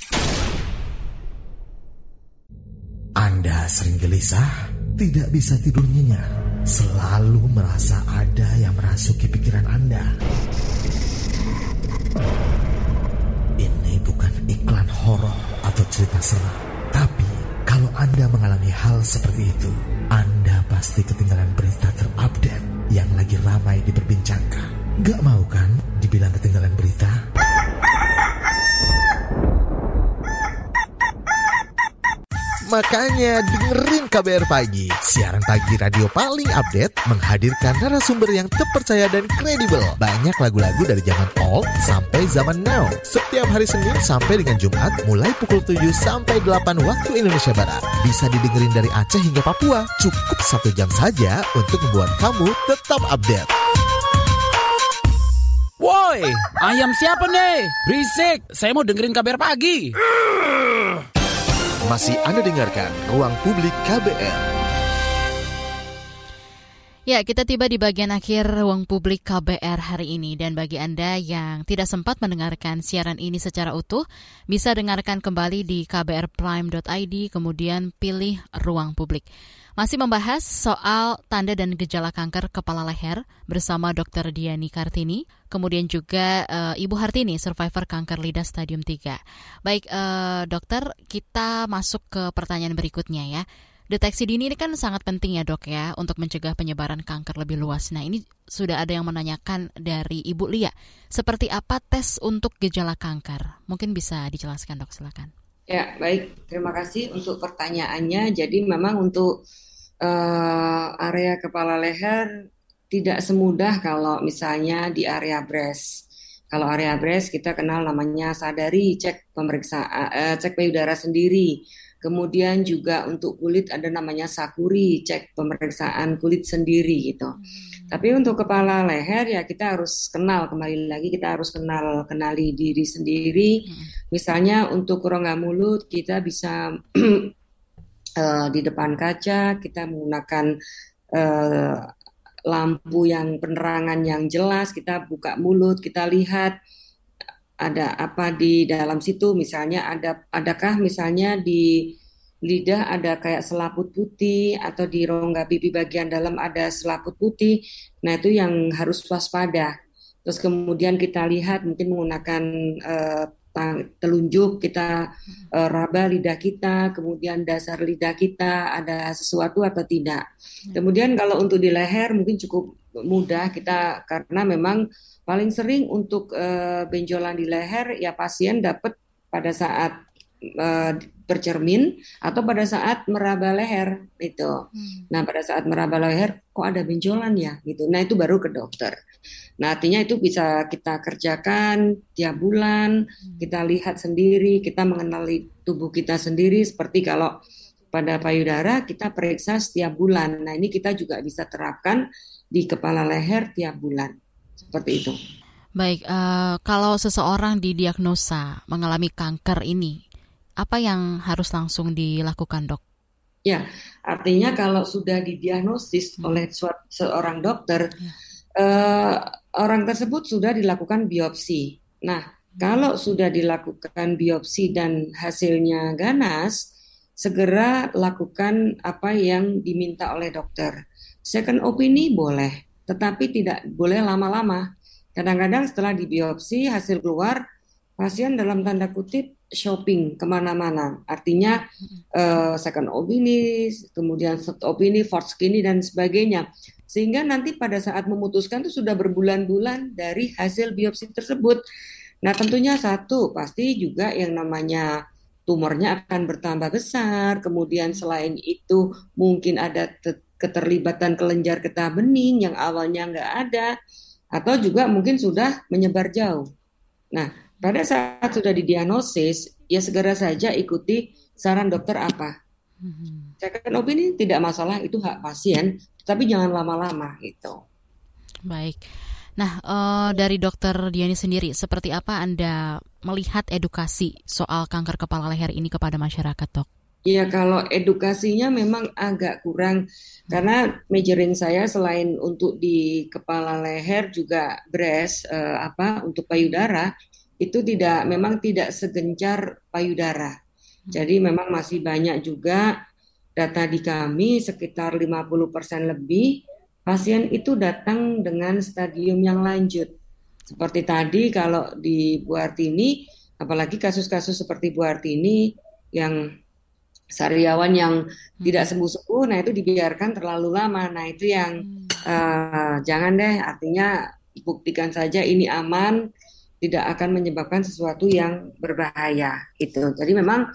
Anda sering gelisah, tidak bisa tidur nyenyak, selalu merasa ada yang merasuki pikiran Anda. Ini bukan iklan horor atau cerita seram, tapi kalau Anda mengalami hal seperti itu, Anda pasti ketinggalan berita terupdate yang lagi ramai diperbincangkan. Gak mau kan dibilang ketinggalan berita? Makanya dengerin KBR Pagi, siaran pagi radio paling update, menghadirkan narasumber yang terpercaya dan kredibel. Banyak lagu-lagu dari zaman old sampai zaman now. Setiap hari Senin sampai dengan Jumat, mulai pukul 7 sampai 8 waktu Indonesia Barat. Bisa didengerin dari Aceh hingga Papua. Cukup 1 jam saja untuk membuat kamu tetap update. Woi, ayam siapa nih? Berisik, saya mau dengerin KBR Pagi. Masih Anda dengarkan Ruang Publik KBR. Ya, kita tiba di bagian akhir Ruang Publik KBR hari ini. Dan bagi Anda yang tidak sempat mendengarkan siaran ini secara utuh, bisa dengarkan kembali di kbrprime.id, kemudian pilih Ruang Publik. Masih membahas soal tanda dan gejala kanker kepala leher bersama Dr. Diani Kartini, kemudian juga Ibu Hartini, survivor kanker lidah stadium 3. Baik, dokter, kita masuk ke pertanyaan berikutnya ya. Deteksi dini ini kan sangat penting ya dok ya, untuk mencegah penyebaran kanker lebih luas. Nah ini sudah ada yang menanyakan dari Ibu Lia, seperti apa tes untuk gejala kanker? Mungkin bisa dijelaskan dok, silakan. Ya, baik. Terima kasih untuk pertanyaannya. Jadi memang untuk area kepala leher tidak semudah kalau misalnya di area breast. Kalau area breast kita kenal namanya sadari, cek pemeriksaan, cek payudara sendiri. Kemudian juga untuk kulit ada namanya sakuri, cek pemeriksaan kulit sendiri gitu. Tapi untuk kepala leher ya kita harus kenal, kembali lagi kita harus kenali diri sendiri. Misalnya untuk rongga mulut kita bisa di depan kaca kita menggunakan lampu yang penerangan yang jelas, kita buka mulut, kita lihat ada apa di dalam situ, misalnya adakah misalnya di lidah ada kayak selaput putih atau di rongga pipi bagian dalam ada selaput putih. Nah, itu yang harus waspada. Terus kemudian kita lihat mungkin menggunakan telunjuk kita raba lidah kita, kemudian dasar lidah kita ada sesuatu atau tidak. Kemudian kalau untuk di leher mungkin cukup mudah kita karena memang paling sering untuk benjolan di leher ya pasien dapat pada saat bercermin atau pada saat meraba leher itu. Nah, pada saat meraba leher kok ada benjolan ya gitu. Nah, itu baru ke dokter. Nah, artinya itu bisa kita kerjakan tiap bulan, kita lihat sendiri, kita mengenali tubuh kita sendiri seperti kalau pada payudara kita periksa setiap bulan. Nah, ini kita juga bisa terapkan di kepala leher tiap bulan. Seperti itu. Baik, kalau seseorang didiagnosa mengalami kanker ini, apa yang harus langsung dilakukan, Dok? Ya, artinya kalau sudah didiagnosis oleh seorang dokter, orang tersebut sudah dilakukan biopsi. Nah, kalau sudah dilakukan biopsi dan hasilnya ganas, segera lakukan apa yang diminta oleh dokter. Second opinion boleh, tetapi tidak boleh lama-lama. Kadang-kadang setelah dibiopsi, hasil keluar, pasien dalam tanda kutip shopping kemana-mana. Artinya second opinion, kemudian third opinion, fourth opinion, dan sebagainya. Sehingga nanti pada saat memutuskan itu sudah berbulan-bulan dari hasil biopsi tersebut. Nah, tentunya satu, pasti juga yang namanya tumornya akan bertambah besar. Kemudian selain itu mungkin ada keterlibatan kelenjar getah bening yang awalnya nggak ada. Atau juga mungkin sudah menyebar jauh. Nah, pada saat sudah didiagnosis, ya segera saja ikuti saran dokter apa. Second opinion tidak masalah, itu hak pasien, tapi jangan lama-lama gitu. Baik. Nah, dari Dokter Diani sendiri, seperti apa Anda melihat edukasi soal kanker kepala leher ini kepada masyarakat, Dok? Ya, kalau edukasinya memang agak kurang karena majoring saya selain untuk di kepala leher juga breast untuk payudara itu memang tidak segencar payudara. Jadi memang masih banyak juga data di kami sekitar 50% lebih pasien itu datang dengan stadium yang lanjut. Seperti tadi kalau di Bu Artini, apalagi kasus-kasus seperti Bu Artini yang sariawan yang tidak sembuh-sembuh, nah itu dibiarkan terlalu lama. Nah itu yang jangan deh, artinya buktikan saja ini aman, tidak akan menyebabkan sesuatu yang berbahaya. Gitu. Jadi memang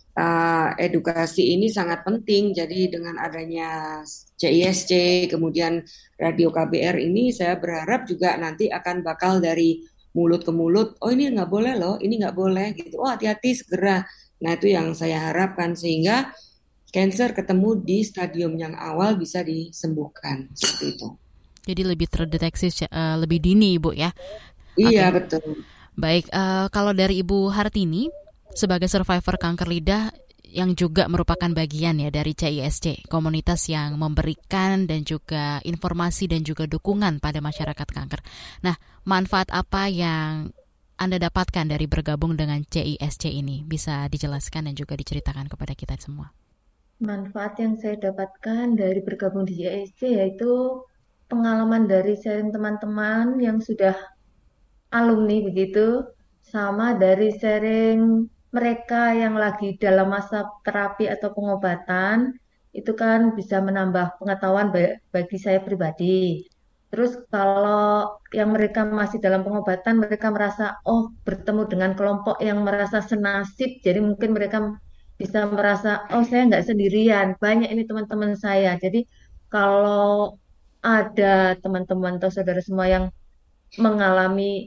edukasi ini sangat penting. Jadi dengan adanya CISC, kemudian Radio KBR ini, saya berharap juga nanti akan bakal dari mulut ke mulut, oh ini nggak boleh loh, ini nggak boleh, gitu. Oh hati-hati segera. Nah itu yang saya harapkan sehingga kanker ketemu di stadium yang awal bisa disembuhkan seperti itu. Jadi lebih terdeteksi lebih dini, Ibu ya? Iya, okay. Betul. Baik, kalau dari Ibu Hartini sebagai survivor kanker lidah yang juga merupakan bagian ya dari CISC, komunitas yang memberikan dan juga informasi dan juga dukungan pada masyarakat kanker. Nah, manfaat apa yang Anda dapatkan dari bergabung dengan CISC ini? Bisa dijelaskan dan juga diceritakan kepada kita semua. Manfaat yang saya dapatkan dari bergabung di CISC yaitu pengalaman dari sharing teman-teman yang sudah alumni begitu, sama dari sharing mereka yang lagi dalam masa terapi atau pengobatan, itu kan bisa menambah pengetahuan bagi saya pribadi. Terus kalau yang mereka masih dalam pengobatan, mereka merasa, oh bertemu dengan kelompok yang merasa senasib, jadi mungkin mereka bisa merasa, oh saya nggak sendirian, banyak ini teman-teman saya. Jadi kalau ada teman-teman atau saudara semua yang mengalami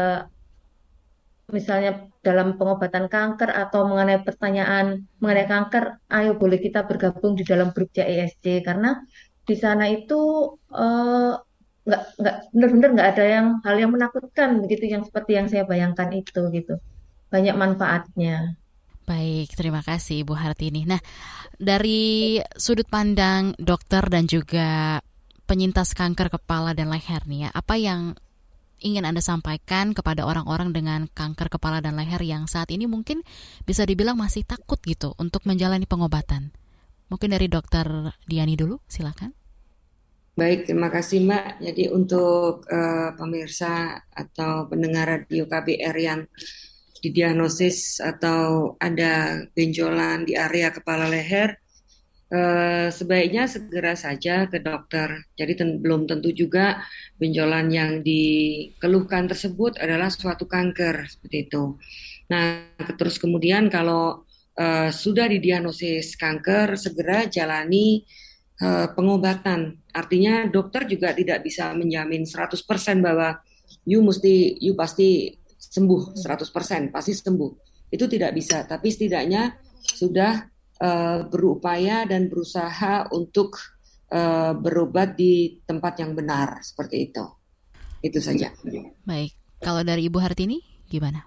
misalnya dalam pengobatan kanker atau mengenai pertanyaan mengenai kanker, ayo boleh kita bergabung di dalam grup CISC karena di sana itu nggak benar-benar nggak ada hal yang menakutkan begitu yang seperti yang saya bayangkan itu gitu. Banyak manfaatnya. Baik, terima kasih Ibu Hartini. Nah, dari sudut pandang dokter dan juga penyintas kanker kepala dan leher nih ya, apa yang ingin Anda sampaikan kepada orang-orang dengan kanker kepala dan leher yang saat ini mungkin bisa dibilang masih takut gitu untuk menjalani pengobatan? Mungkin dari Dokter Diani dulu, silakan. Baik, terima kasih Mbak. Jadi untuk pemirsa atau pendengar radio KBR yang didiagnosis atau ada benjolan di area kepala leher, sebaiknya segera saja ke dokter. Jadi belum tentu juga benjolan yang dikeluhkan tersebut adalah suatu kanker, seperti itu. Nah, terus kemudian kalau sudah didiagnosis kanker, segera jalani pengobatan. Artinya dokter juga tidak bisa menjamin 100% bahwa you pasti sembuh 100%, pasti sembuh. Itu tidak bisa, tapi setidaknya sudah berupaya dan berusaha untuk berobat di tempat yang benar, seperti itu. Itu saja. Baik, kalau dari Ibu Hartini gimana?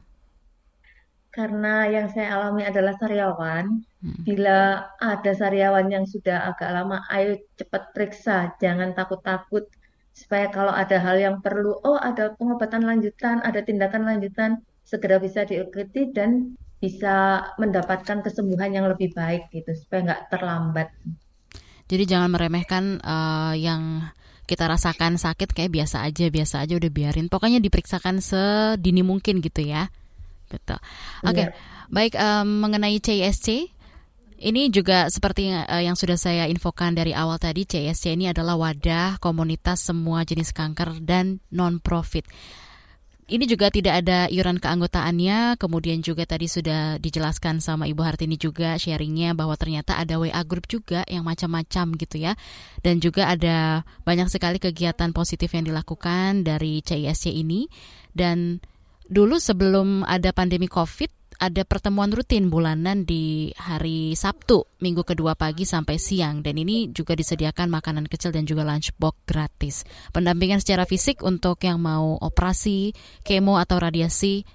Karena yang saya alami adalah sariawan, bila ada sariawan yang sudah agak lama, ayo cepat periksa, jangan takut-takut. Supaya kalau ada hal yang perlu, ada pengobatan lanjutan, ada tindakan lanjutan, segera bisa diikuti dan bisa mendapatkan kesembuhan yang lebih baik gitu, supaya nggak terlambat. Jadi jangan meremehkan yang kita rasakan sakit kayak biasa aja udah biarin. Pokoknya diperiksakan sedini mungkin gitu ya. Betul. Oke. Baik, mengenai CISC, ini juga seperti yang sudah saya infokan dari awal tadi, CISC ini adalah wadah komunitas semua jenis kanker dan non-profit. Ini juga tidak ada iuran keanggotaannya, kemudian juga tadi sudah dijelaskan sama Ibu Hartini juga sharingnya bahwa ternyata ada WA group juga yang macam-macam gitu ya. Dan juga ada banyak sekali kegiatan positif yang dilakukan dari CISC ini. Dan dulu sebelum ada pandemi COVID, ada pertemuan rutin bulanan di hari Sabtu, minggu kedua pagi sampai siang. Dan ini juga disediakan makanan kecil dan juga lunchbox gratis. Pendampingan secara fisik untuk yang mau operasi, kemo atau radiasi,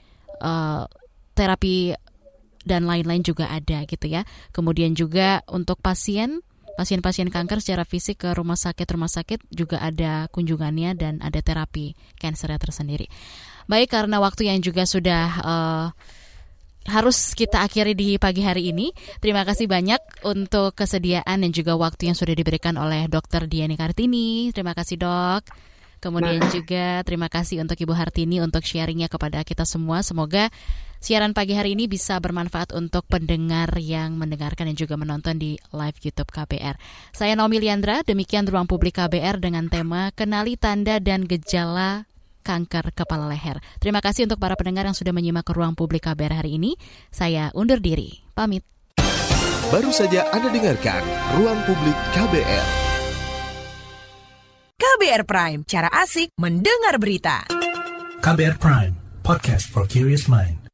terapi dan lain-lain juga ada gitu ya. Kemudian juga untuk pasien kanker secara fisik ke rumah sakit juga ada kunjungannya dan ada terapi kankernya tersendiri. Baik, karena waktu yang juga sudah harus kita akhiri di pagi hari ini. Terima kasih banyak untuk kesediaan dan juga waktu yang sudah diberikan oleh Dr. Diani Kartini. Terima kasih Dok. Kemudian juga terima kasih untuk Ibu Hartini untuk sharingnya kepada kita semua. Semoga siaran pagi hari ini bisa bermanfaat untuk pendengar yang mendengarkan dan juga menonton di live YouTube KBR. Saya Naomi Liandra, demikian Ruang Publik KBR dengan tema Kenali Tanda dan Gejala Kanker Kepala Leher. Terima kasih untuk para pendengar yang sudah menyimak ke Ruang Publik KBR hari ini. Saya undur diri. Pamit. Baru saja Anda dengarkan Ruang Publik KBR. KBR Prime, cara asik mendengar berita. KBR Prime, podcast for curious mind.